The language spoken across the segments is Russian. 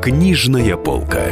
Книжная полка.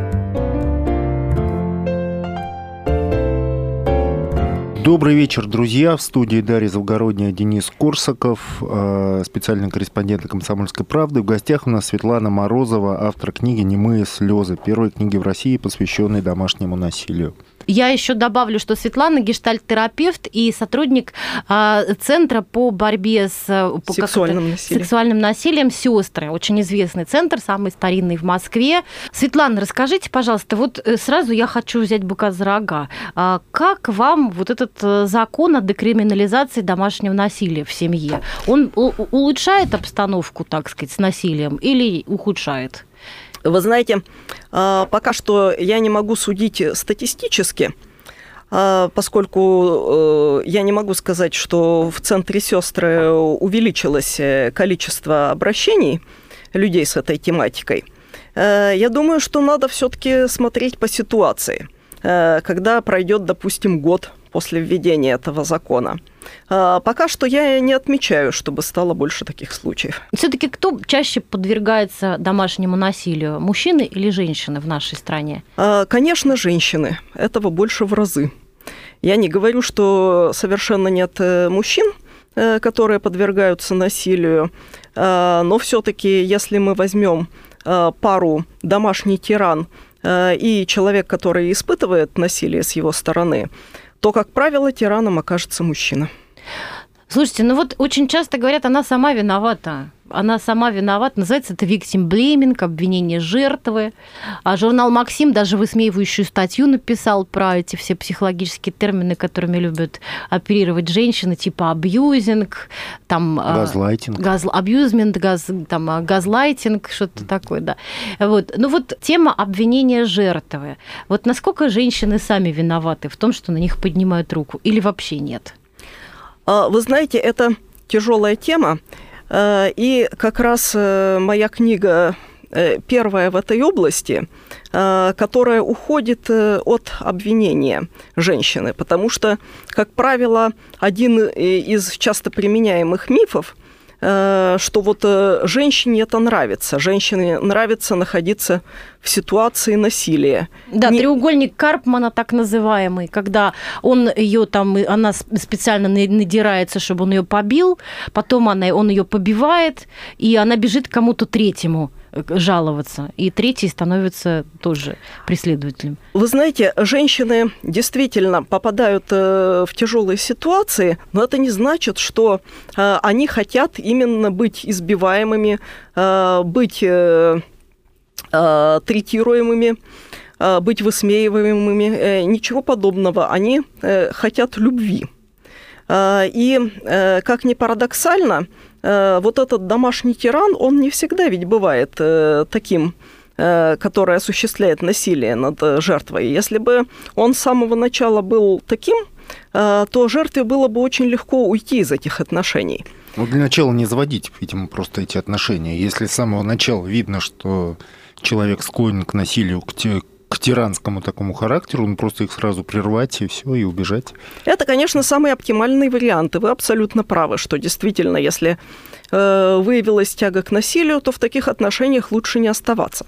Добрый вечер, друзья. В студии Дарья Завгородняя, Денис Корсаков, специальный корреспондент «Комсомольской правды». В гостях у нас Светлана Морозова, автор книги «Немые слезы», первой книги в России, посвященной домашнему насилию. Я еще добавлю, что Светлана гештальт-терапевт и сотрудник Центра по борьбе с сексуальным насилием «Сестры». Очень известный центр, самый старинный в Москве. Светлана, расскажите, пожалуйста, вот сразу я хочу взять быка за рога. Как вам вот этот закон о декриминализации домашнего насилия в семье? Он улучшает обстановку, так сказать, с насилием или ухудшает? Вы знаете, пока что я не могу судить статистически, поскольку я не могу сказать, что в Центре «Сестры» увеличилось количество обращений людей с этой тематикой. Я думаю, что надо все-таки смотреть по ситуации, когда пройдет, допустим, год после введения этого закона. Пока что я не отмечаю, чтобы стало больше таких случаев. Все-таки кто чаще подвергается домашнему насилию, мужчины или женщины в нашей стране? Конечно, женщины. Этого больше в разы. Я не говорю, что совершенно нет мужчин, которые подвергаются насилию, но все-таки, если мы возьмем пару домашний тиран и человек, который испытывает насилие с его стороны, то, как правило, тираном окажется мужчина. Слушайте, ну вот очень часто говорят, она сама виновата. Она сама виновата. Называется это victim blaming, обвинение жертвы. А журнал «Максим» даже высмеивающую статью написал про эти все психологические термины, которыми любят оперировать женщины, типа абьюзинг, там... Газлайтинг. Абьюзмент, газлайтинг, что-то такое, да. Вот. Ну вот тема обвинения жертвы. Вот насколько женщины сами виноваты в том, что на них поднимают руку, или вообще нет? Вы знаете, это тяжелая тема. И как раз моя книга первая в этой области, которая уходит от обвинения женщины, потому что, как правило, один из часто применяемых мифов, что вот женщине это нравится. Женщине нравится находиться в ситуации насилия. Да, треугольник Карпмана так называемый, когда он ее там, она специально надирается, чтобы он ее побил, потом он ее побивает, и она бежит к кому-то третьему жаловаться, и третий становится тоже преследователем. Вы знаете, женщины действительно попадают в тяжелые ситуации, но это не значит, что они хотят именно быть избиваемыми, быть третируемыми, быть высмеиваемыми. Ничего подобного. Они хотят любви. И, как ни парадоксально, вот этот домашний тиран, он не всегда ведь бывает таким, который осуществляет насилие над жертвой. Если бы он с самого начала был таким, то жертве было бы очень легко уйти из этих отношений. Ну, для начала не заводить, видимо, просто эти отношения. Если с самого начала видно, что человек склонен к насилию, к тиранскому такому характеру, он просто их сразу прервать и все, и убежать. Это, конечно, самый оптимальный вариант, и вы абсолютно правы, что действительно, если выявилась тяга к насилию, то в таких отношениях лучше не оставаться.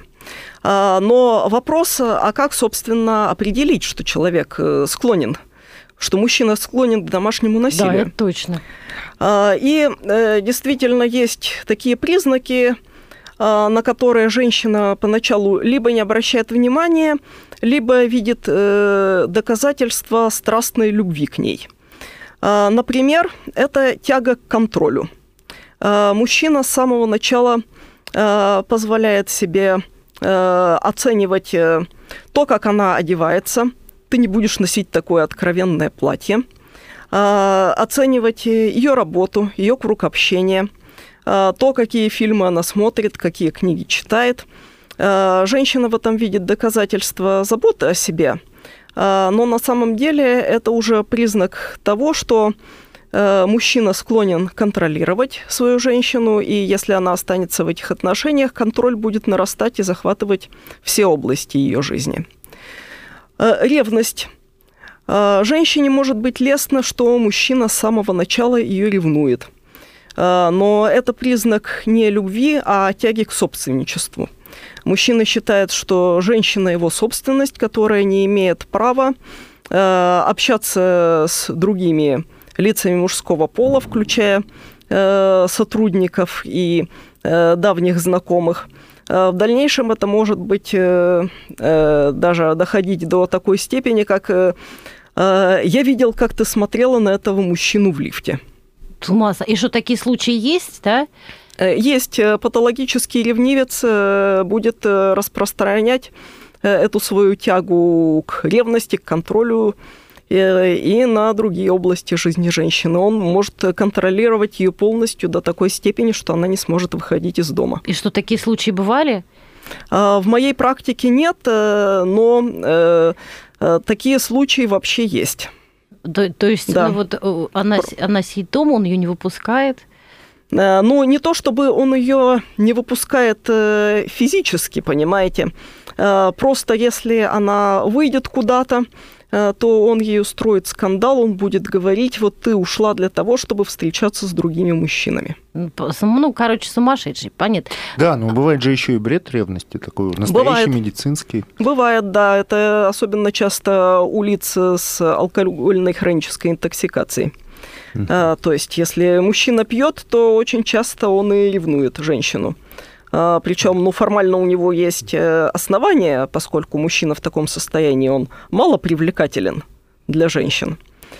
Но вопрос, а как, собственно, определить, что человек склонен, что мужчина склонен к домашнему насилию? Да, это точно. И действительно есть такие признаки, на которые женщина поначалу либо не обращает внимания, либо видит доказательства страстной любви к ней. Например, это тяга к контролю. Мужчина с самого начала позволяет себе оценивать то, как она одевается. Ты не будешь носить такое откровенное платье. Оценивать ее работу, ее круг общения, то, какие фильмы она смотрит, какие книги читает. Женщина в этом видит доказательство заботы о себе, но на самом деле это уже признак того, что мужчина склонен контролировать свою женщину, и если она останется в этих отношениях, контроль будет нарастать и захватывать все области ее жизни. Ревность. Женщине может быть лестно, что мужчина с самого начала ее ревнует. Но это признак не любви, а тяги к собственничеству. Мужчина считает, что женщина его собственность, которая не имеет права общаться с другими лицами мужского пола, включая сотрудников и давних знакомых. В дальнейшем это может быть даже доходить до такой степени, как «я видел, как ты смотрела на этого мужчину в лифте». И что, такие случаи есть, да? Есть. Патологический ревнивец будет распространять эту свою тягу к ревности, к контролю и на другие области жизни женщины. Он может контролировать ее полностью до такой степени, что она не сможет выходить из дома. И что, такие случаи бывали? В моей практике нет, но такие случаи вообще есть. То есть да. Ну, вот она сидит дома, он ее не выпускает? Ну, не то, чтобы он ее не выпускает физически, понимаете. Просто если она выйдет куда-то, то он ей устроит скандал, он будет говорить, вот ты ушла для того, чтобы встречаться с другими мужчинами. Ну, короче, сумасшедший, понятно. Да, но бывает же еще и бред ревности такой, настоящий, бывает. Медицинский. Бывает, да, это особенно часто у лиц с алкогольной хронической интоксикацией. То есть, если мужчина пьет, то очень часто он и ревнует женщину. Причем, ну, формально у него есть основания, поскольку мужчина в таком состоянии, он мало привлекателен для женщин.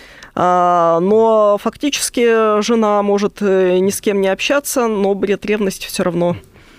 Но фактически жена может ни с кем не общаться, но бред ревности все равно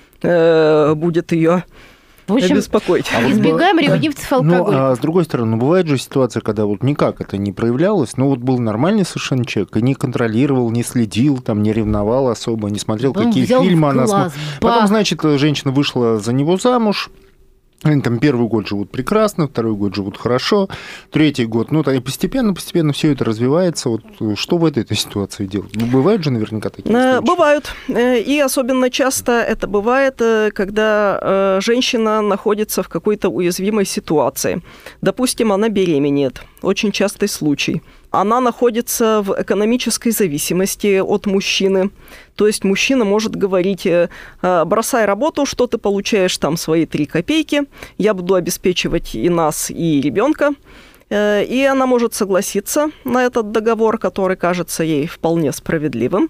будет ее беспокоить. Избегаем ревнивцев алкоголиков. Ну, а с другой стороны, бывает же ситуация, когда вот никак это не проявлялось, но вот был нормальный совершенно человек, и не контролировал, не следил, там, не ревновал особо, не смотрел, какие фильмы она смотрит. Потом, значит, женщина вышла за него замуж, они там первый год живут прекрасно, второй год живут хорошо, третий год, ну, и постепенно все это развивается. Вот что в этой ситуации делать? Ну, бывают же наверняка такие случаи? Бывают. И особенно часто это бывает, когда женщина находится в какой-то уязвимой ситуации. Допустим, она беременеет. Очень частый случай. Она находится в экономической зависимости от мужчины. То есть мужчина может говорить: бросай работу, что ты получаешь там свои 3 копейки, я буду обеспечивать и нас, и ребенка. И она может согласиться на этот договор, который кажется ей вполне справедливым.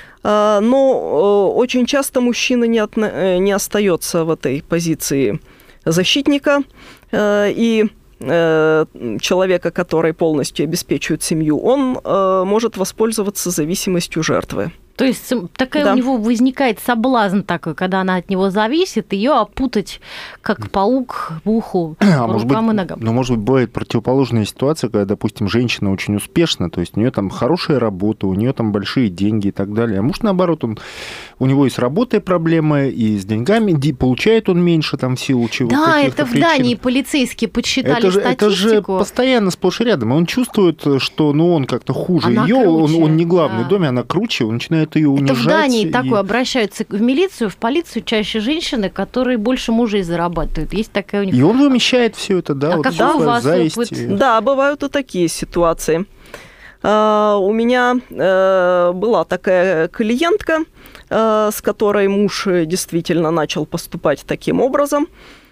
Но очень часто мужчина не остается в этой позиции защитника, и человека, который полностью обеспечивает семью, он может воспользоваться зависимостью жертвы. То есть такая у него возникает соблазн такой, когда она от него зависит, ее опутать, как паук в уху, по рукам и ногам. Но, может быть, бывает противоположная ситуация, когда, допустим, женщина очень успешна, то есть у нее там хорошая работа, у нее там большие деньги и так далее. А муж, наоборот, у него и с работой проблемы, и с деньгами, получает он меньше там в силу чего. Да, это в Дании полицейские подсчитали статистику. Это же постоянно сплошь и рядом. Он чувствует, что он как-то хуже ее, он не главный в доме, она круче, он начинает ее унижать. Это в Дании такое, обращаются в милицию, в полицию чаще женщины, которые больше мужей зарабатывают. Есть такая у них... И он вымещает все это, да? А вот какой у вас опыт? Да, бывают и такие ситуации. У меня была такая клиентка, с которой муж действительно начал поступать таким образом,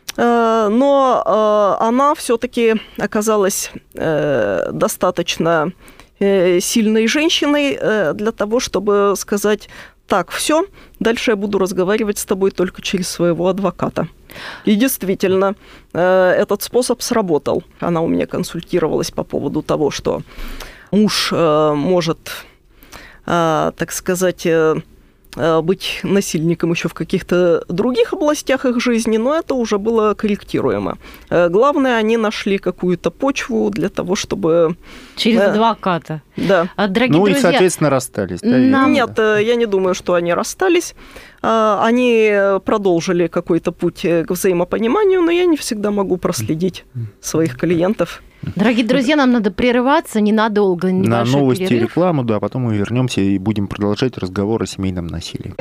но она все-таки оказалась достаточно сильной женщиной для того, чтобы сказать: так, все, дальше я буду разговаривать с тобой только через своего адвоката. И действительно, этот способ сработал. Она у меня консультировалась по поводу того, что муж может, так сказать, быть насильником еще в каких-то других областях их жизни, но это уже было корректируемо. Главное, они нашли какую-то почву для того, чтобы... Через адвоката. Да. Дорогие друзья, и, соответственно, расстались. Да, Нет, я не думаю, что они расстались. Они продолжили какой-то путь к взаимопониманию, но я не всегда могу проследить своих клиентов. Дорогие друзья, нам надо прерываться ненадолго. На новости и рекламу, да, потом мы вернемся и будем продолжать разговор о семейном насилии.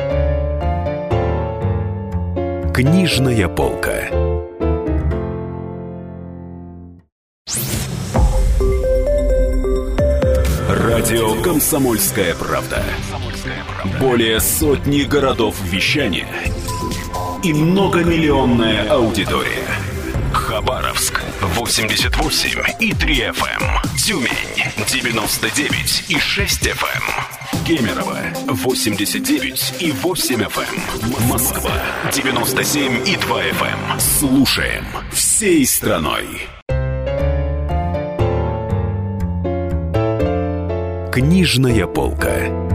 Книжная полка. Радио «Комсомольская правда». Более сотни городов вещания и многомиллионная аудитория. Хабаровск 88,3 FM. Тюмень 99,6 FM. Кемерово 89,8 FM. Москва 97,2 FM. Слушаем всей страной. Книжная полка.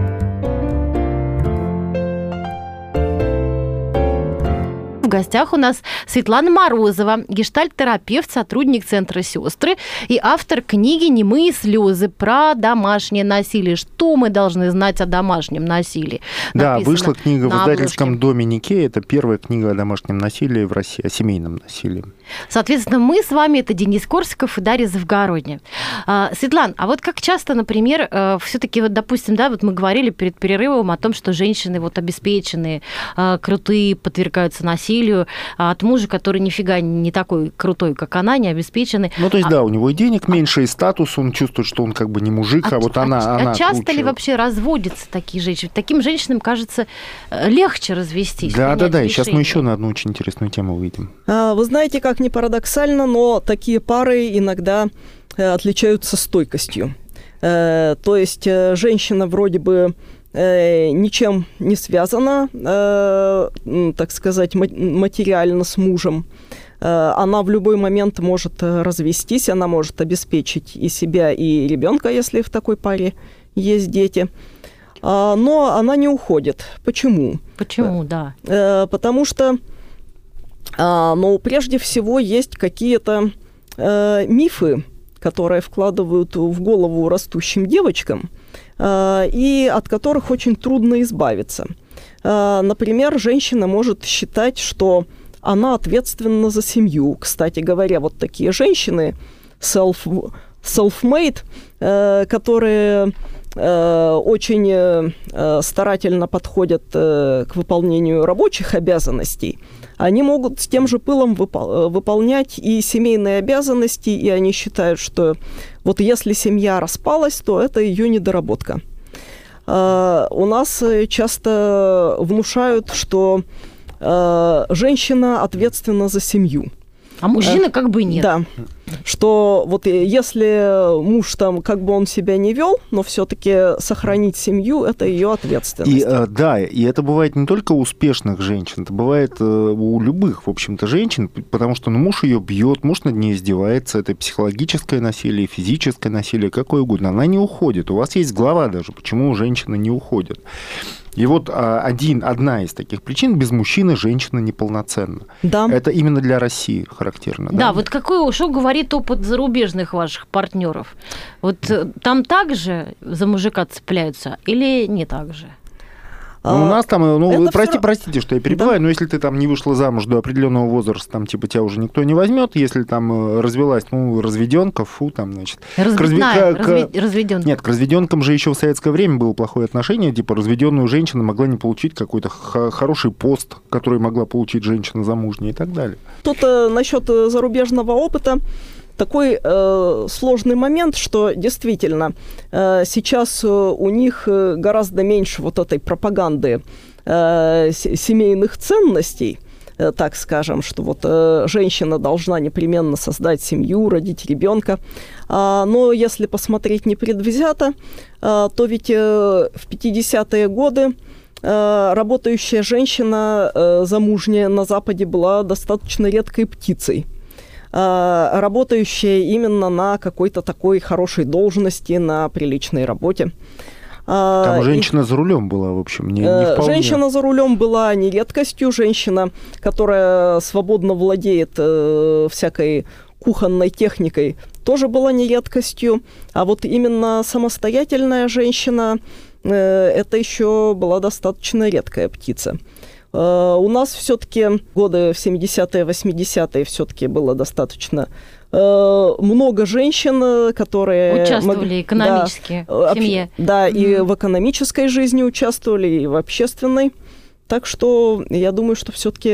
В гостях у нас Светлана Морозова, гештальт-терапевт, сотрудник Центра «Сестры» и автор книги «Немые слезы» про домашнее насилие. Что мы должны знать о домашнем насилии? Да, вышла книга в издательском доме Никея. Это первая книга о домашнем насилии в России, о семейном насилии. Соответственно, мы с вами, это Денис Корсаков и Дарья Завгородняя. Светлана, а вот как часто, например, все-таки, вот, допустим, да, вот мы говорили перед перерывом о том, что женщины вот обеспеченные, крутые, подвергаются насилию от мужа, который нифига не такой крутой, как она, не обеспеченный. Ну, то есть, да, у него и денег меньше, и статус, он чувствует, что он как бы не мужик, а вот она часто круче. ли вообще разводятся такие женщины? Таким женщинам, кажется, легче развестись. Да, и сейчас мы еще на одну очень интересную тему выйдем. Вы знаете, как ни парадоксально, но такие пары иногда отличаются стойкостью. То есть женщина вроде бы ничем не связана, так сказать, материально с мужем. Она в любой момент может развестись, она может обеспечить и себя, и ребенка, если в такой паре есть дети. Но она не уходит. Почему? Почему, да? Потому что, прежде всего, есть какие-то мифы, которые вкладывают в голову растущим девочкам, и от которых очень трудно избавиться. Например, женщина может считать, что она ответственна за семью. Кстати говоря, вот такие женщины, self-made, которые очень старательно подходят к выполнению рабочих обязанностей, они могут с тем же пылом выполнять и семейные обязанности, и они считают, что вот если семья распалась, то это ее недоработка. У нас часто внушают, что женщина ответственна за семью. А мужчина как бы нет. Да. Что вот если муж там, как бы он себя не вел, но все-таки сохранить семью – это ее ответственность. И это бывает не только у успешных женщин, это бывает у любых, в общем-то, женщин, потому что муж ее бьет, муж над ней издевается, это психологическое насилие, физическое насилие, какое угодно. Она не уходит. У вас есть глава даже, почему женщины не уходят. И вот одна из таких причин – без мужчины женщина неполноценна. Да. Это именно для России характерно. Да, вот что говорит опыт зарубежных ваших партнеров? Вот там также за мужика цепляются или не так же? У нас там, простите, что я перебиваю, но если ты там не вышла замуж до определенного возраста, там типа тебя уже никто не возьмет, если там развелась, разведенка, значит. Разведенка. Нет, к разведенкам же еще в советское время было плохое отношение, типа разведенную женщину могла не получить какой-то хороший пост, который могла получить женщина замужняя и так далее. Тут насчет зарубежного опыта такой сложный момент, что действительно сейчас у них гораздо меньше вот этой пропаганды семейных ценностей, так скажем, что вот женщина должна непременно создать семью, родить ребенка. Но если посмотреть непредвзято, то ведь в 50-е годы работающая женщина замужняя на Западе была достаточно редкой птицей, работающая именно на какой-то такой хорошей должности, на приличной работе. Там женщина за рулем была, в общем, не вполне. Женщина за рулем была не редкостью. Женщина, которая свободно владеет всякой кухонной техникой, тоже была не редкостью. А вот именно самостоятельная женщина, это еще была достаточно редкая птица. У нас все-таки годы в 70-е, 80-е все-таки было достаточно много женщин, которые участвовали экономически в семье. Да, и в экономической жизни участвовали, и в общественной. Так что я думаю, что все-таки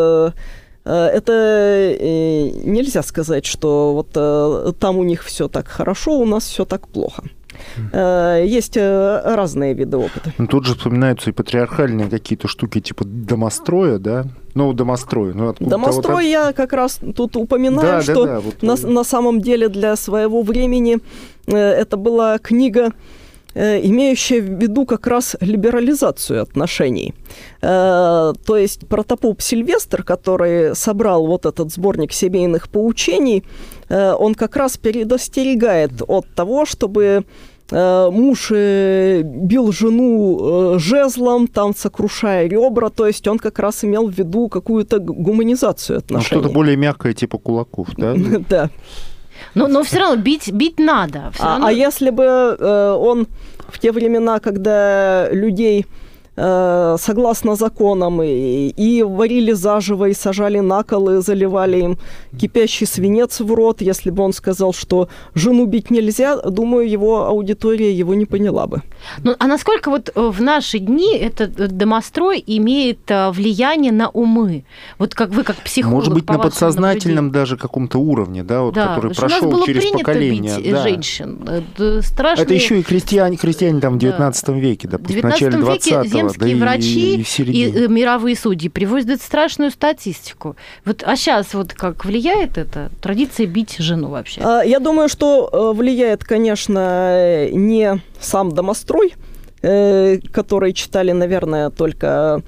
это нельзя сказать, что вот там у них все так хорошо, у нас все так плохо. Есть разные виды опыта. Ну, тут же вспоминаются и патриархальные какие-то штуки, типа домостроя, да? Ну, домострой. Домострой я как раз тут упоминаю, что на самом деле для своего времени это была книга, имеющая в виду как раз либерализацию отношений. То есть протопоп Сильвестр, который собрал вот этот сборник семейных поучений, он как раз предостерегает от того, чтобы муж бил жену жезлом, там сокрушая ребра, то есть он как раз имел в виду какую-то гуманизацию отношений. Что-то более мягкое, типа кулаков, да? Да. Но все равно бить надо. А если бы он в те времена, когда людей согласно законам и варили заживо, и сажали на кол, и заливали им кипящий свинец в рот, если бы он сказал, что жену бить нельзя, думаю, его аудитория его не поняла бы. Ну, а насколько вот в наши дни этот домострой имеет влияние на умы? Вот как вы, как психолог, может быть, на подсознательном даже каком-то уровне, да, вот, да, который прошел через поколение. Бить женщин. Это страшно. Это еще и крестьяне там в 19 веке, допустим, в начале 20-го. Земские врачи и мировые судьи приводят страшную статистику. Вот, а сейчас вот как влияет эта традиция бить жену вообще? Я думаю, что влияет, конечно, не сам домострой, который читали, наверное, только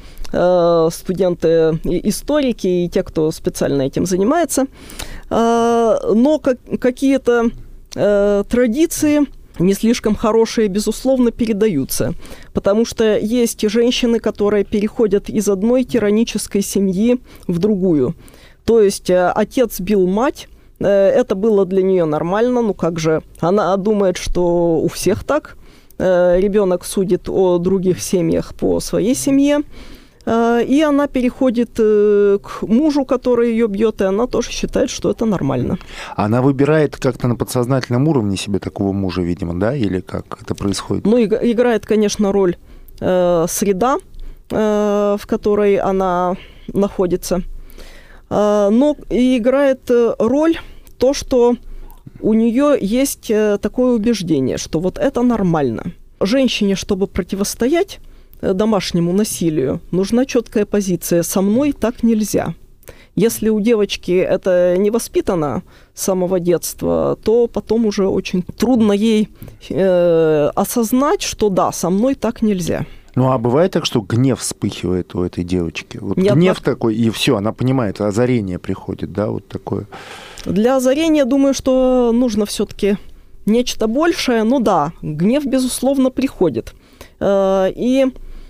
студенты-историки и те, кто специально этим занимается, но какие-то традиции не слишком хорошие, безусловно, передаются. Потому что есть и женщины, которые переходят из одной тиранической семьи в другую. То есть отец бил мать, это было для нее нормально, ну как же, она думает, что у всех так. Ребенок судит о других семьях по своей семье. И она переходит к мужу, который ее бьет, и она тоже считает, что это нормально. Она выбирает как-то на подсознательном уровне себе такого мужа, видимо, да? Или как это происходит? Ну, играет, конечно, роль среда, в которой она находится. Но и играет роль то, что у нее есть такое убеждение, что вот это нормально. Женщине, чтобы противостоять домашнему насилию, нужна четкая позиция. Со мной так нельзя. Если у девочки это не воспитано с самого детства, то потом уже очень трудно ей осознать, что да, со мной так нельзя. Ну, а бывает так, что гнев вспыхивает у этой девочки? Вот гнев такой, и все, она понимает, озарение приходит, да, вот такое. Для озарения, думаю, что нужно все-таки нечто большее. Ну да, гнев, безусловно, приходит. И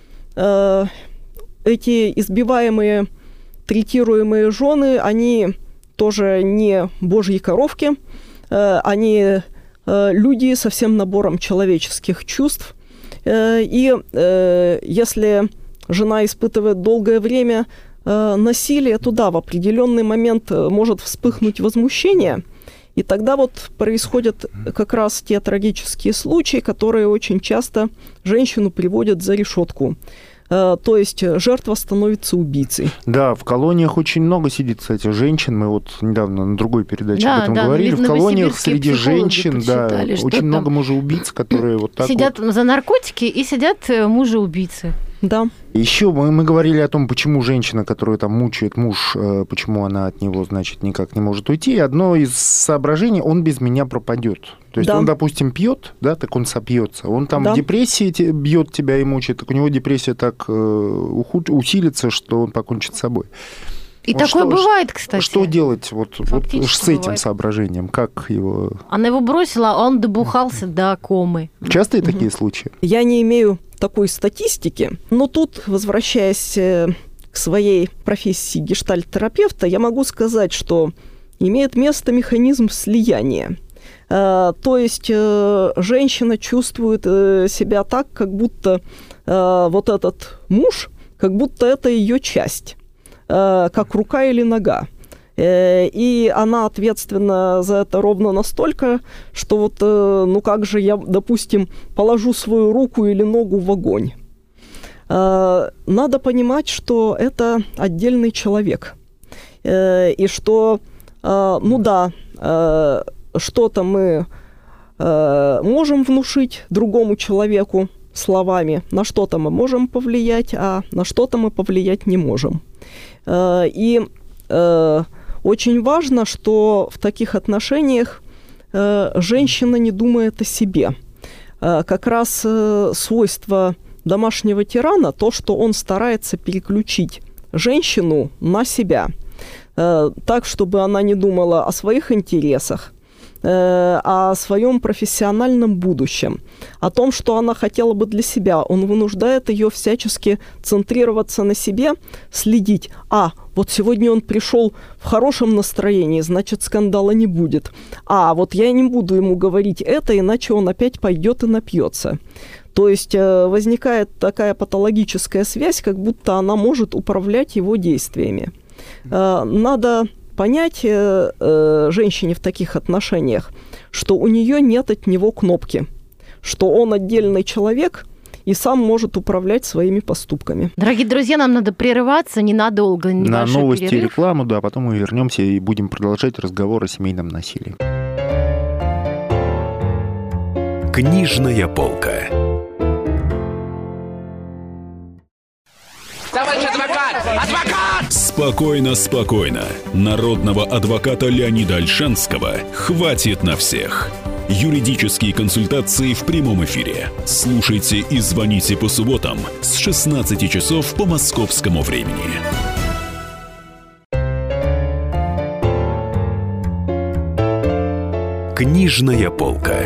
эти избиваемые, третируемые жены, они тоже не божьи коровки, они люди со всем набором человеческих чувств. И если жена испытывает долгое время насилие, то да, в определенный момент может вспыхнуть возмущение, и тогда вот происходят как раз те трагические случаи, которые очень часто женщину приводят за решетку. То есть жертва становится убийцей. Да, в колониях очень много сидит, кстати, женщин. Мы вот недавно на другой передаче об этом говорили. В колониях среди женщин, да, очень много мужеубийц, которые вот так сидят за наркотики и сидят мужеубийцы. Да. Еще мы говорили о том, почему женщина, которую там мучает муж, почему она от него, значит, никак не может уйти. И одно из соображений: он без меня пропадет. То есть он, допустим, пьет, да, так он сопьется. Он там в депрессии бьет тебя и мучает, так у него депрессия так усилится, что он покончит с собой. И вот такое бывает, кстати. Что делать вот с этим соображением? Как его... Она его бросила, а он добухался до комы. Частые такие случаи? Я не имею такой статистики, но тут, возвращаясь к своей профессии гештальт-терапевта, я могу сказать, что имеет место механизм слияния. То есть женщина чувствует себя так, как будто вот этот муж, как будто это ее часть, как рука или нога. И она ответственна за это ровно настолько, что вот, ну как же я, допустим, положу свою руку или ногу в огонь. Надо понимать, что это отдельный человек. И что, ну да, что-то мы можем внушить другому человеку словами, на что-то мы можем повлиять, а на что-то мы повлиять не можем. И очень важно, что в таких отношениях женщина не думает о себе. Как раз свойство домашнего тирана то, что он старается переключить женщину на себя, так, чтобы она не думала о своих интересах, о своем профессиональном будущем, о том, что она хотела бы для себя. Он вынуждает ее всячески центрироваться на себе, следить. Вот сегодня он пришел в хорошем настроении, значит, скандала не будет. Вот я не буду ему говорить это, иначе он опять пойдет и напьется. То есть возникает такая патологическая связь, как будто она может управлять его действиями. Надо понять женщине в таких отношениях, что у нее нет от него кнопки, что он отдельный человек и сам может управлять своими поступками. Дорогие друзья, нам надо прерываться ненадолго. На новости и рекламу, да, потом мы вернемся и будем продолжать разговор о семейном насилии. Книжная полка. Товарищ адвокат! Адвокат! Спокойно, спокойно. Народного адвоката Леонида Ольшанского хватит на всех. Юридические консультации в прямом эфире. Слушайте и звоните по субботам с 16 часов по московскому времени. Книжная полка.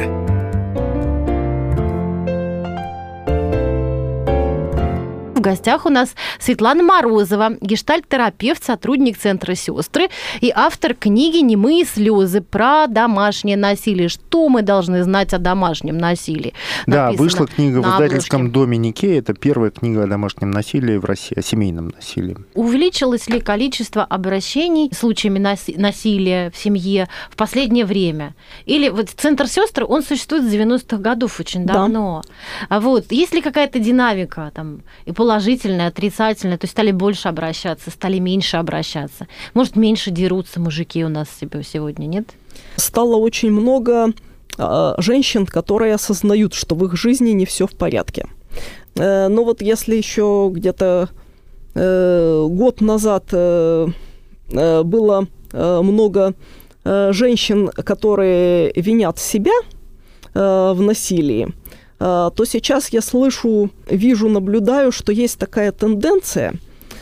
В гостях у нас Светлана Морозова, гештальт-терапевт, сотрудник Центра «Сестры» и автор книги «Немые слезы» про домашнее насилие. Что мы должны знать о домашнем насилии? Да, вышла книга в издательском доме «Никея». Это первая книга о домашнем насилии в России, о семейном насилии. Увеличилось ли количество обращений с случаями насилия в семье в последнее время? Или вот Центр «Сестры», он существует с 90-х годов очень давно. Да. Есть ли какая-то динамика там, и положительная, отрицательная, то есть стали больше обращаться, стали меньше обращаться? Может, меньше дерутся мужики у нас сегодня, нет? Стало очень много женщин, которые осознают, что в их жизни не все в порядке. Но вот если еще где-то год назад было много женщин, которые винят себя в насилии, то сейчас я слышу, вижу, наблюдаю, что есть такая тенденция.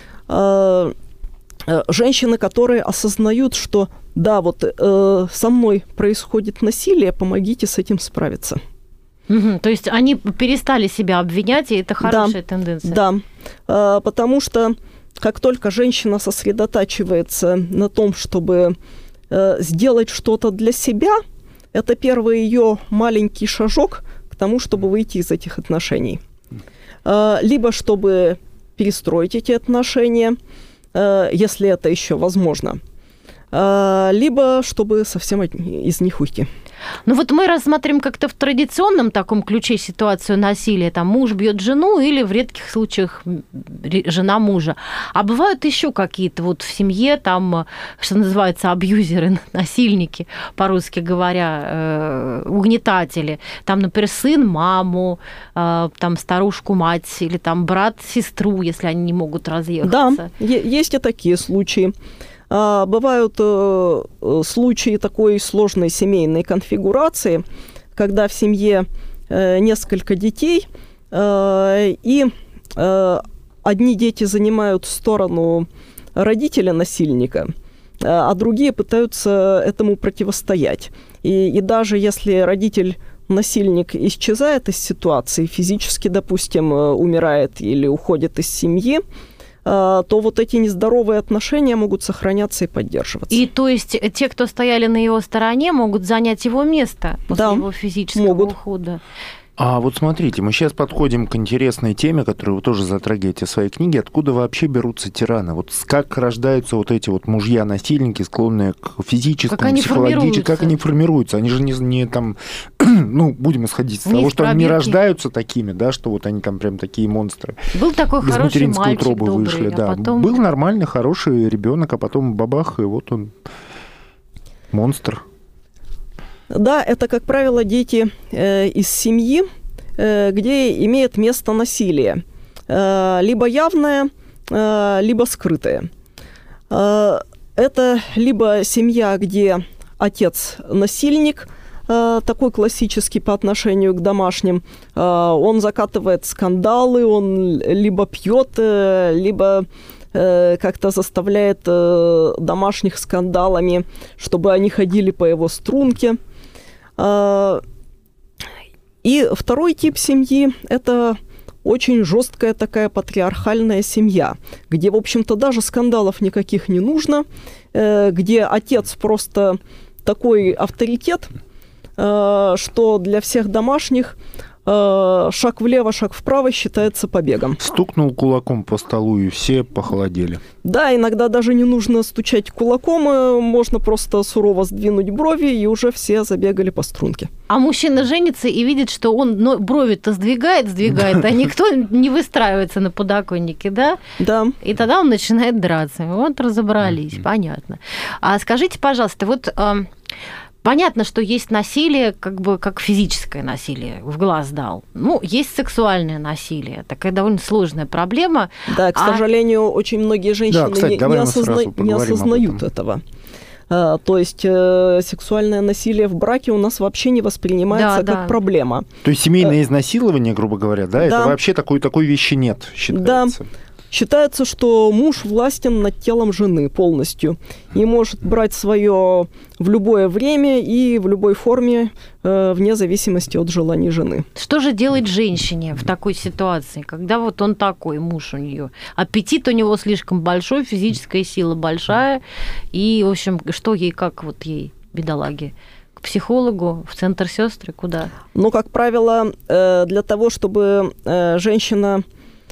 Женщины, которые осознают, что да, со мной происходит насилие, помогите с этим справиться. То есть они перестали себя обвинять, и это хорошая тенденция. Да, потому что как только женщина сосредотачивается на том, чтобы сделать что-то для себя, это первый ее маленький шажок к тому, чтобы выйти из этих отношений. Либо чтобы перестроить эти отношения, если это еще возможно, либо чтобы совсем из них уйти. Ну вот мы рассматриваем как-то в традиционном таком ключе ситуацию насилия. Там муж бьет жену или в редких случаях жена мужа. А бывают еще какие-то в семье, там, что называется, абьюзеры, насильники, по-русски говоря, угнетатели. Там, например, сын маму, там, старушку мать или там брат сестру, если они не могут разъехаться. Да, есть и такие случаи. Бывают случаи такой сложной семейной конфигурации, когда в семье несколько детей, и одни дети занимают сторону родителя-насильника, а другие пытаются этому противостоять. И даже если родитель-насильник исчезает из ситуации, физически, допустим, умирает или уходит из семьи, то эти нездоровые отношения могут сохраняться и поддерживаться. И то есть те, кто стояли на его стороне, могут занять его место после его физического ухода? А вот смотрите, мы сейчас подходим к интересной теме, которую вы тоже затрагиваете в своей книге. Откуда вообще берутся тираны? Как рождаются эти мужья-насильники, склонные к физическому, психологическому? Как они формируются? Они же не там, будем исходить из того, что они не рождаются такими, да, что они там прям такие монстры. Был такой без хороший мальчик утробы добрый, вышли, да. Потом... Был нормальный, хороший ребенок, а потом бабах, и он монстр. Да, это, как правило, дети из семьи, где имеет место насилие. Либо явное, либо скрытое. Это либо семья, где отец насильник, такой классический по отношению к домашним, он закатывает скандалы, он либо пьет, либо как-то заставляет домашних скандалами, чтобы они ходили по его струнке. И второй тип семьи – это очень жесткая такая патриархальная семья, где, в общем-то, даже скандалов никаких не нужно, где отец просто такой авторитет, что для всех домашних шаг влево, шаг вправо считается побегом. Стукнул кулаком по столу, и все похолодели. Да, иногда даже не нужно стучать кулаком, можно просто сурово сдвинуть брови, и уже все забегали по струнке. А мужчина женится и видит, что он брови-то сдвигает, а никто не выстраивается на подоконнике, да? Да. И тогда он начинает драться. Вот разобрались, понятно. А скажите, пожалуйста, вот... Понятно, что есть насилие, как физическое насилие, в глаз дал. Ну, есть сексуальное насилие. Такая довольно сложная проблема. Да, к сожалению, очень многие женщины не осознают этого. То есть сексуальное насилие в браке у нас вообще не воспринимается как проблема. То есть семейное изнасилование, грубо говоря, да? Это вообще такой вещи нет, считается. Да. Считается, что муж властен над телом жены полностью и может брать свое в любое время и в любой форме, вне зависимости от желаний жены. Что же делать женщине в такой ситуации, когда вот он такой, муж у нее? Аппетит у него слишком большой, физическая сила большая, и, в общем, что ей, как вот ей, бедолаге? К психологу, в центр сестры, куда? Ну, как правило, для того, чтобы женщина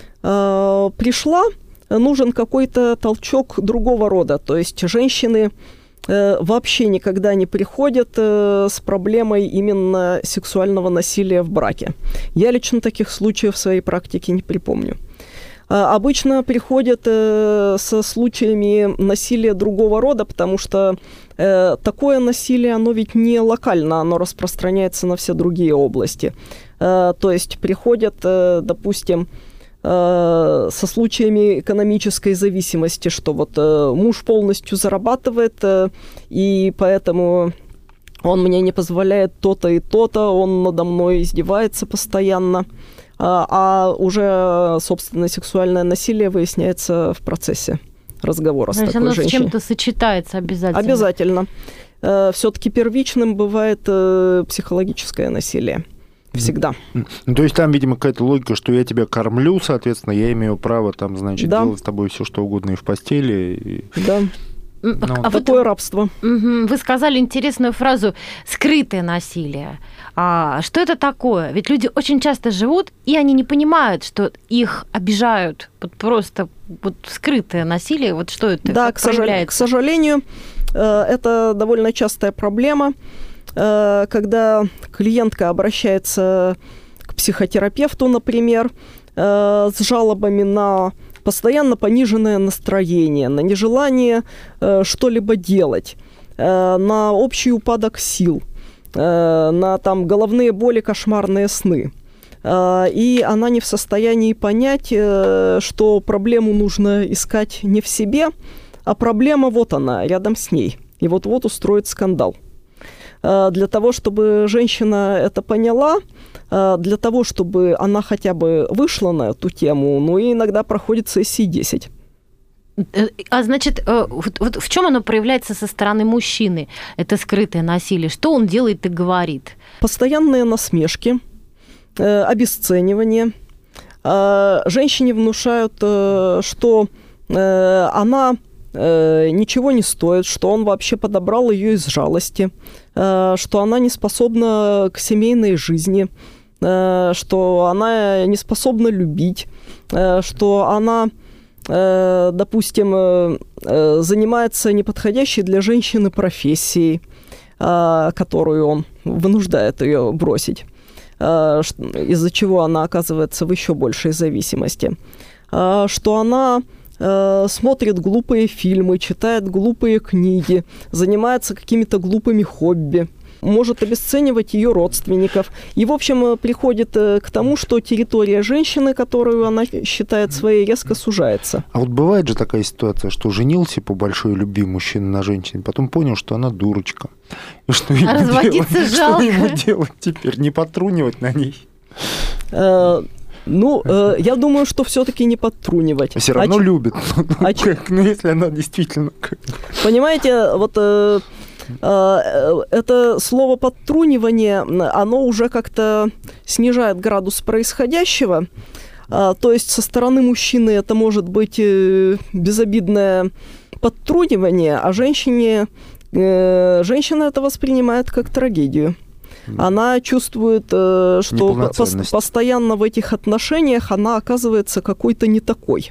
пришла, нужен какой-то толчок другого рода. То есть женщины вообще никогда не приходят с проблемой именно сексуального насилия в браке. Я лично таких случаев в своей практике не припомню. Обычно приходят со случаями насилия другого рода, потому что такое насилие, оно ведь не локально, оно распространяется на все другие области. То есть приходят, допустим, со случаями экономической зависимости, что вот муж полностью зарабатывает, и поэтому он мне не позволяет то-то и то-то, он надо мной издевается постоянно, а уже, собственно, сексуальное насилие выясняется в процессе разговора с такой женщиной. Оно с чем-то сочетается обязательно? Обязательно. Все-таки первичным бывает психологическое насилие. Всегда. Ну, то есть там, видимо, какая-то логика, что я тебя кормлю, соответственно, я имею право там, значит, делать с тобой все, что угодно и в постели. Да. А такое рабство. Вы сказали интересную фразу «скрытое насилие». А что это такое? Ведь люди очень часто живут, и они не понимают, что их обижают. Вот просто вот скрытое насилие, вот что это? Да, к сожалению, это довольно частая проблема. Когда клиентка обращается к психотерапевту, например, с жалобами на постоянно пониженное настроение, на нежелание что-либо делать, на общий упадок сил, на там, головные боли, кошмарные сны. И она не в состоянии понять, что проблему нужно искать не в себе, а проблема вот она, рядом с ней. И вот-вот устроит скандал. Для того, чтобы женщина это поняла, для того, чтобы она хотя бы вышла на эту тему, ну и иногда проходит сессии 10. А значит, вот в чем оно проявляется со стороны мужчины, это скрытое насилие? Что он делает и говорит? Постоянные насмешки, обесценивание. Женщине внушают, что она ничего не стоит, что он вообще подобрал ее из жалости, что она не способна к семейной жизни, что она не способна любить, что она, допустим, занимается неподходящей для женщины профессией, которую он вынуждает ее бросить, из-за чего она оказывается в еще большей зависимости, что она смотрит глупые фильмы, читает глупые книги, занимается какими-то глупыми хобби, может обесценивать ее родственников. И, в общем, приходит к тому, что территория женщины, которую она считает своей, резко сужается. А вот бывает же такая ситуация, что женился по большой любви мужчина на женщине, потом понял, что она дурочка. И что ему делать теперь? Не подтрунивать на ней? Я думаю, что все-таки не подтрунивать. Все равно любит. Если она действительно... Понимаете, вот это слово «подтрунивание», оно уже как-то снижает градус происходящего. То есть со стороны мужчины это может быть безобидное подтрунивание, а женщина это воспринимает как трагедию. Она чувствует, что постоянно в этих отношениях она оказывается какой-то не такой.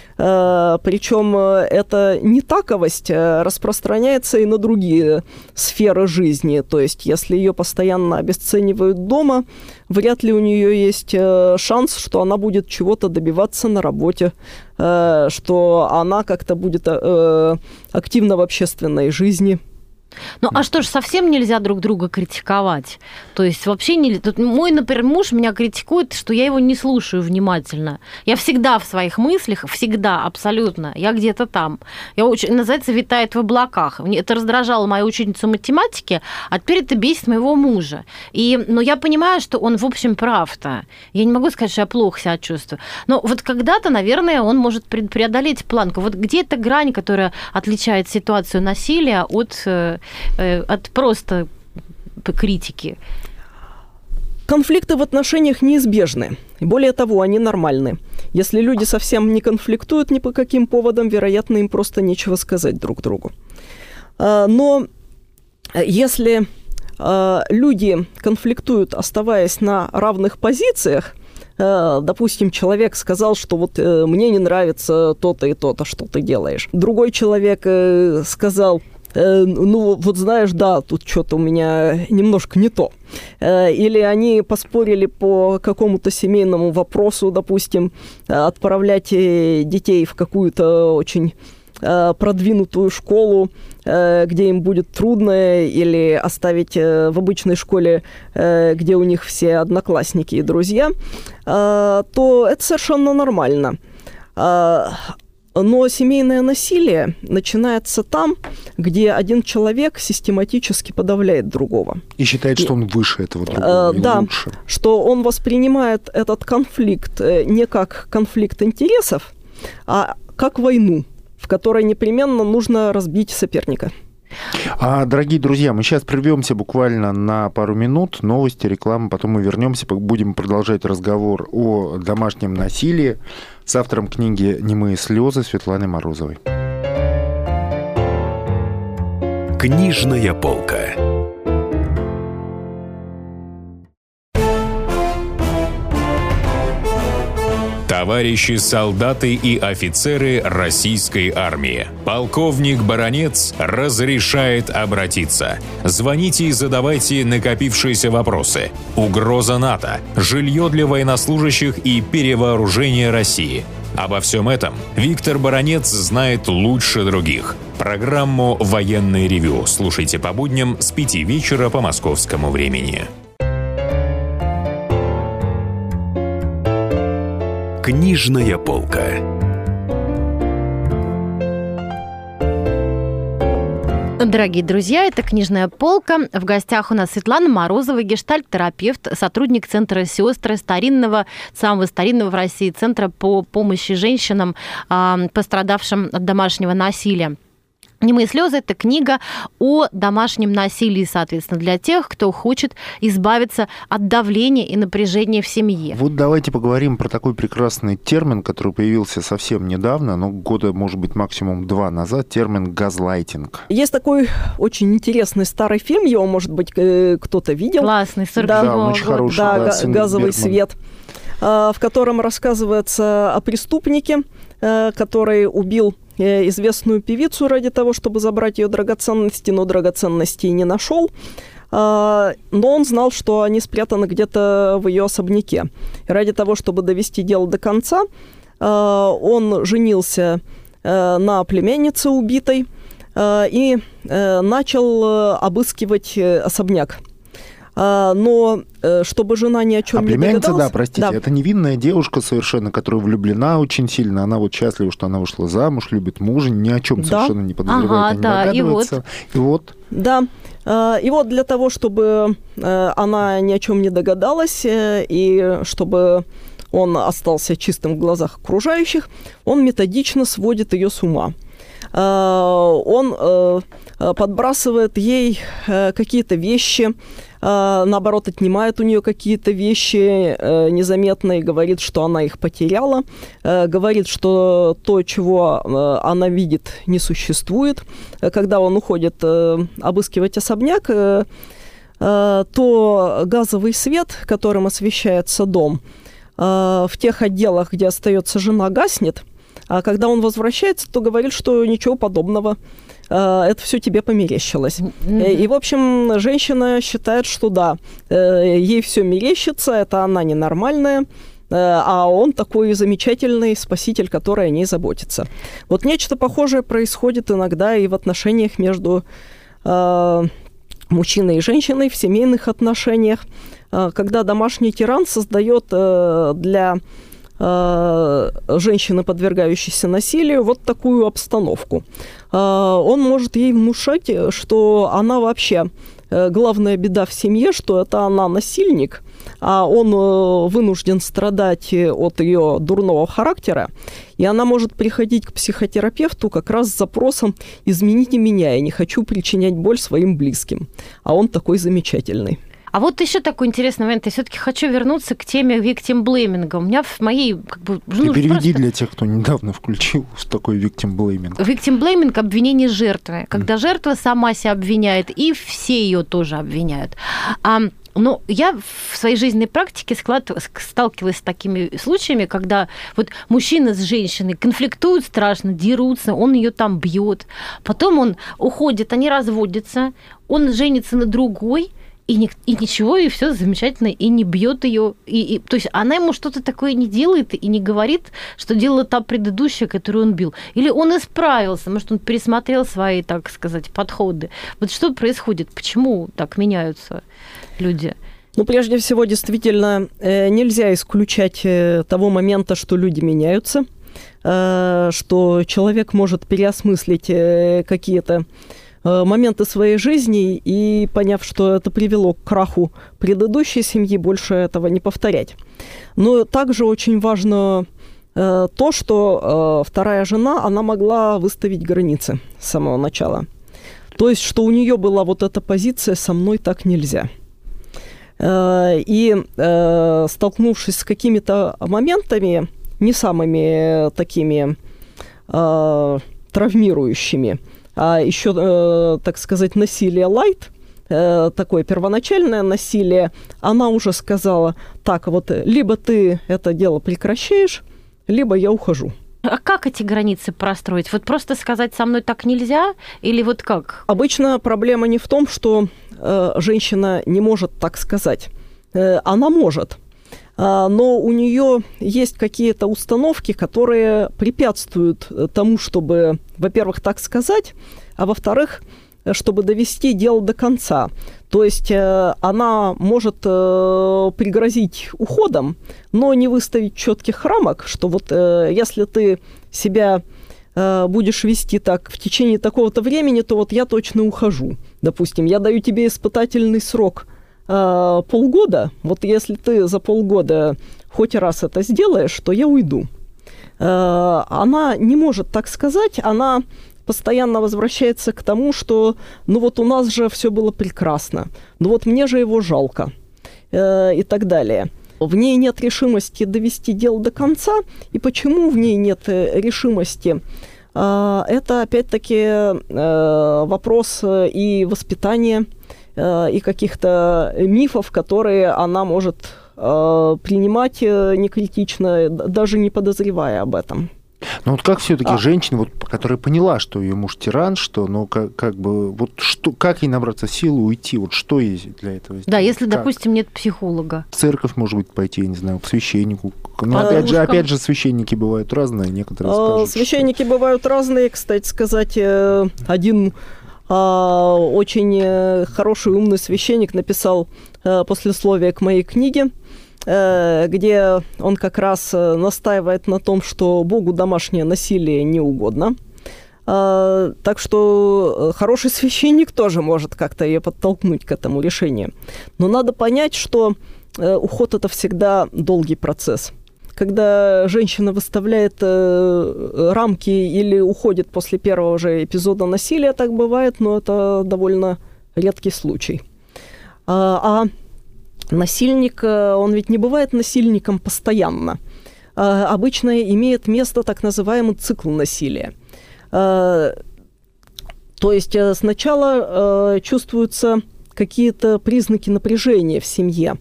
Причем эта нетаковость распространяется и на другие сферы жизни. То есть, если ее постоянно обесценивают дома, вряд ли у нее есть шанс, что она будет чего-то добиваться на работе, что она как-то будет активна в общественной жизни. Ну, а что ж, совсем нельзя друг друга критиковать? То есть вообще не... Тут мой, например, муж меня критикует, что я его не слушаю внимательно. Я всегда в своих мыслях, всегда, абсолютно. Я где-то там. Я очень, называется, витает в облаках. Это раздражало мою учительницу математики, а теперь это бесит моего мужа. Но я понимаю, что он, в общем, прав-то. Я не могу сказать, что я плохо себя чувствую. Но вот когда-то, наверное, он может преодолеть планку. Вот где эта грань, которая отличает ситуацию насилия от просто критики? Конфликты в отношениях неизбежны. И более того, они нормальны. Если люди совсем не конфликтуют ни по каким поводам, вероятно, им просто нечего сказать друг другу. Но если люди конфликтуют, оставаясь на равных позициях, допустим, человек сказал, что вот мне не нравится то-то и то-то, что ты делаешь. Другой человек сказал: ну, вот знаешь, да, тут что-то у меня немножко не то. Или они поспорили по какому-то семейному вопросу, допустим, отправлять детей в какую-то очень продвинутую школу, где им будет трудно, или оставить в обычной школе, где у них все одноклассники и друзья, то это совершенно нормально. Но семейное насилие начинается там, где один человек систематически подавляет другого. И считает, что он выше этого другого, да, лучше. Что он воспринимает этот конфликт не как конфликт интересов, а как войну, в которой непременно нужно разбить соперника. Дорогие друзья, мы сейчас прервемся буквально на пару минут. Новости, реклама, потом мы вернемся, будем продолжать разговор о домашнем насилии с автором книги «Немые слезы» Светланой Морозовой. Книжная полка. Товарищи солдаты и офицеры российской армии. Полковник Баранец разрешает обратиться. Звоните и задавайте накопившиеся вопросы. Угроза НАТО, жилье для военнослужащих и перевооружение России. Обо всем этом Виктор Баранец знает лучше других. Программу «Военное ревю» слушайте по будням с 5 вечера по московскому времени. Книжная полка. Дорогие друзья, это «Книжная полка». В гостях у нас Светлана Морозова, гештальт-терапевт, сотрудник Центра «Сестры», самого старинного в России Центра по помощи женщинам, пострадавшим от домашнего насилия. «Немые слезы» – это книга о домашнем насилии, соответственно, для тех, кто хочет избавиться от давления и напряжения в семье. Вот давайте поговорим про такой прекрасный термин, который появился совсем недавно, года, может быть, максимум 2 назад, термин «газлайтинг». Есть такой очень интересный старый фильм, его, может быть, кто-то видел. Классный, 47-го очень года. хороший, да, «Газовый свет», в котором рассказывается о преступнике, который убил известную певицу ради того, чтобы забрать ее драгоценности, но драгоценностей не нашел. Но он знал, что они спрятаны где-то в ее особняке. И ради того, чтобы довести дело до конца, он женился на племяннице убитой, и начал обыскивать особняк. Но чтобы жена ни о чем не догадалась... племянница, да, простите, это невинная девушка совершенно, которая влюблена очень сильно. Она вот счастлива, что она вышла замуж, любит мужа, ни о чем совершенно не подозревает, не догадывается. И вот. Да. И вот для того, чтобы она ни о чем не догадалась, и чтобы он остался чистым в глазах окружающих, он методично сводит ее с ума. Он подбрасывает ей какие-то вещи, наоборот, отнимает у нее какие-то вещи незаметно и говорит, что она их потеряла, говорит, что то, чего она видит, не существует. Когда он уходит обыскивать особняк, то газовый свет, которым освещается дом, в тех отделах, где остается жена, гаснет, а когда он возвращается, то говорит, что ничего подобного. Это все тебе померещилось. И, в общем, женщина считает, что да, ей все мерещится, это она ненормальная, а он такой замечательный спаситель, который о ней заботится. Вот нечто похожее происходит иногда и в отношениях между мужчиной и женщиной, в семейных отношениях, когда домашний тиран создает для женщины, подвергающейся насилию, вот такую обстановку. Он может ей внушать, что она вообще главная беда в семье, что это она насильник, а он вынужден страдать от ее дурного характера, и она может приходить к психотерапевту как раз с запросом «измените меня, я не хочу причинять боль своим близким», а он такой замечательный. А вот еще такой интересный момент. Я все-таки хочу вернуться к теме виктимблейминга. У меня в моей... Ты переведи для тех, кто недавно включил, что такое виктимблейминг. Виктимблейминг – обвинение жертвы. Когда жертва сама себя обвиняет, и все ее тоже обвиняют. Но я в своей жизненной практике сталкивалась с такими случаями, когда вот мужчина с женщиной конфликтуют страшно, дерутся, он ее там бьет, потом он уходит, они разводятся, он женится на другой, и ничего, и все замечательно, и не бьет ее. То есть она ему что-то такое не делает и не говорит, что делала та предыдущая, которую он бил. Или он исправился, может, он пересмотрел свои, так сказать, подходы. Вот что происходит? Почему так меняются люди? Ну, прежде всего, действительно, нельзя исключать того момента, что люди меняются, что человек может переосмыслить какие-то моменты своей жизни и, поняв, что это привело к краху предыдущей семьи, больше этого не повторять. Но также очень важно то, что вторая жена, она могла выставить границы с самого начала. То есть, что у нее была вот эта позиция «со мной так нельзя». И столкнувшись с какими-то моментами, не самыми такими травмирующими, а еще, так сказать, насилие лайт, такое первоначальное насилие, она уже сказала, так, вот либо ты это дело прекращаешь, либо я ухожу. А как эти границы простроить? Вот просто сказать «со мной так нельзя» или вот как? Обычно проблема не в том, что женщина не может так сказать. Она может. Но у нее есть какие-то установки, которые препятствуют тому, чтобы, во-первых, так сказать, а во-вторых, чтобы довести дело до конца. То есть она может пригрозить уходом, но не выставить четких рамок, что вот если ты себя будешь вести так в течение такого-то времени, то вот я точно ухожу. Допустим, я даю тебе испытательный срок полгода, вот если ты за полгода хоть раз это сделаешь, то я уйду. Она не может так сказать, она постоянно возвращается к тому, что ну вот у нас же все было прекрасно, ну вот мне же его жалко и так далее. В ней нет решимости довести дело до конца, и почему в ней нет решимости? Это опять-таки вопрос и воспитания, и каких-то мифов, которые она может принимать некритично, даже не подозревая об этом. Ну вот как все-таки женщина, вот, которая поняла, что ее муж тиран, что, ну, как бы, вот что, как ей набраться силы уйти, вот что ей для этого сделать? Да, если, допустим, нет психолога. В церковь, может быть, пойти, я не знаю, к священнику. Ну, опять же, священники бывают разные, некоторые скажут. Священники бывают разные, кстати сказать, один очень хороший, умный священник написал послесловие к моей книге, где он как раз настаивает на том, что Богу домашнее насилие не угодно. Так что хороший священник тоже может как-то ее подтолкнуть к этому решению. Но надо понять, что уход – это всегда долгий процесс. Когда женщина выставляет рамки или уходит после первого же эпизода насилия, так бывает, но это довольно редкий случай. А насильник, он ведь не бывает насильником постоянно. Обычно имеет место так называемый цикл насилия. То есть сначала чувствуются какие-то признаки напряжения в семье.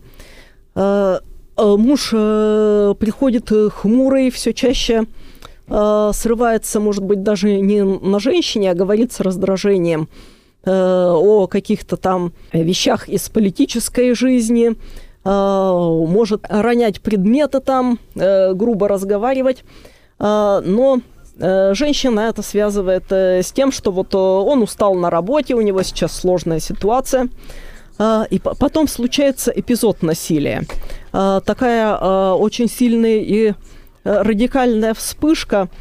Муж приходит хмурый, все чаще срывается, может быть, даже не на женщине, а говорит с раздражением о каких-то там вещах из политической жизни, может ронять предметы там, грубо разговаривать, но женщина это связывает с тем, что вот он устал на работе, у него сейчас сложная ситуация, и потом случается эпизод насилия. Такая очень сильная и радикальная вспышка,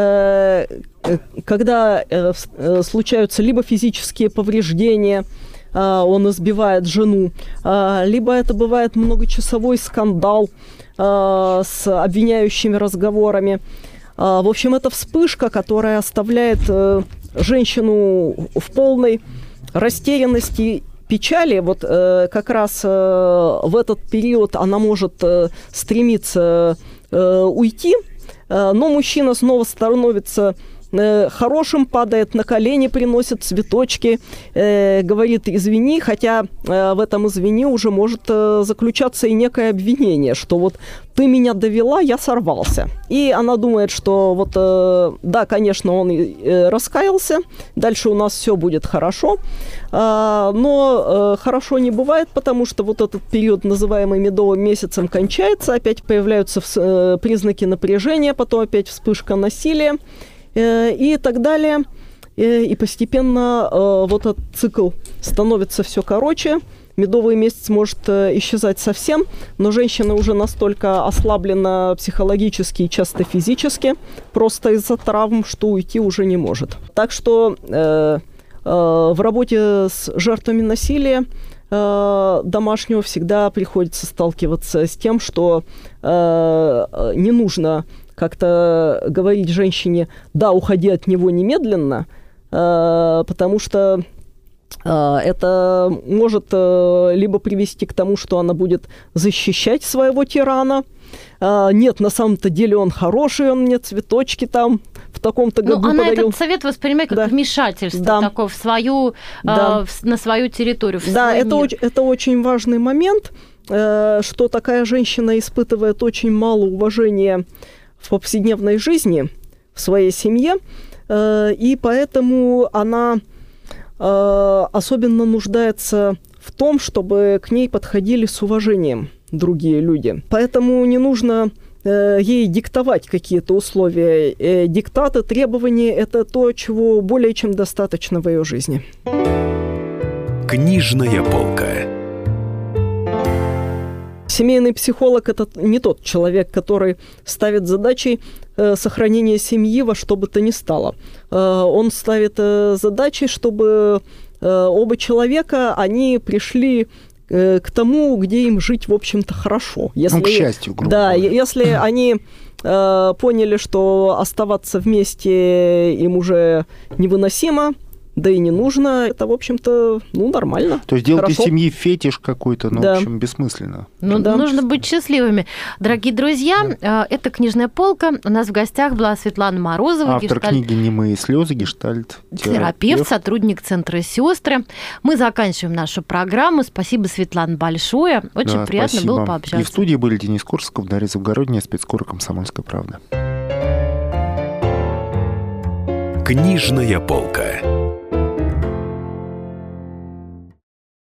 когда случаются либо физические повреждения, он избивает жену, либо это бывает многочасовой скандал с обвиняющими разговорами. В общем, это вспышка, которая оставляет женщину в полной растерянности, печали. Вот как раз в этот период она может стремиться уйти, но мужчина снова становится хорошим, падает на колени, приносит цветочки, говорит «извини», хотя в этом «извини» уже может заключаться и некое обвинение, что вот ты меня довела, я сорвался. И она думает, что вот да, конечно, он раскаялся, дальше у нас все будет хорошо, но хорошо не бывает, потому что вот этот период, называемый медовым месяцем, кончается, опять появляются признаки напряжения, потом опять вспышка насилия, и так далее. И постепенно вот этот цикл становится все короче. Медовый месяц может исчезать совсем, но женщина уже настолько ослаблена психологически и часто физически, просто из-за травм, что уйти уже не может. Так что в работе с жертвами насилия домашнего всегда приходится сталкиваться с тем, что не нужно как-то говорить женщине «да, уходи от него немедленно», потому что это может либо привести к тому, что она будет защищать своего тирана. Нет, на самом-то деле он хороший, он мне цветочки там в таком-то году она подарил. Этот совет воспринимает как вмешательство такое в свою, на свою территорию, в свой мир. Это очень важный момент, что такая женщина испытывает очень мало уважения в повседневной жизни, в своей семье, и поэтому она особенно нуждается в том, чтобы к ней подходили с уважением другие люди. Поэтому не нужно ей диктовать какие-то условия. Диктаты, требования – это то, чего более чем достаточно в ее жизни. Книжная полка. Семейный психолог – это не тот человек, который ставит задачей сохранения семьи во что бы то ни стало. Он ставит задачей, чтобы оба человека, они пришли к тому, где им жить, в общем-то, хорошо. Если, к счастью, грубо говоря. Да, если они поняли, что оставаться вместе им уже невыносимо, да и не нужно, это, в общем-то, нормально. То есть делать из семьи фетиш какой-то, в общем, бессмысленно. Нужно быть счастливыми. Дорогие друзья, это «Книжная полка». У нас в гостях была Светлана Морозова. Автор книги «Немые слезы», гештальт-терапевт, сотрудник Центра «Сестры». Мы заканчиваем нашу программу. Спасибо, Светлана, большое. Очень приятно было пообщаться. И в студии были Денис Корсаков, Дарья Завгородняя, спецкор «Комсомольская правда». Книжная полка.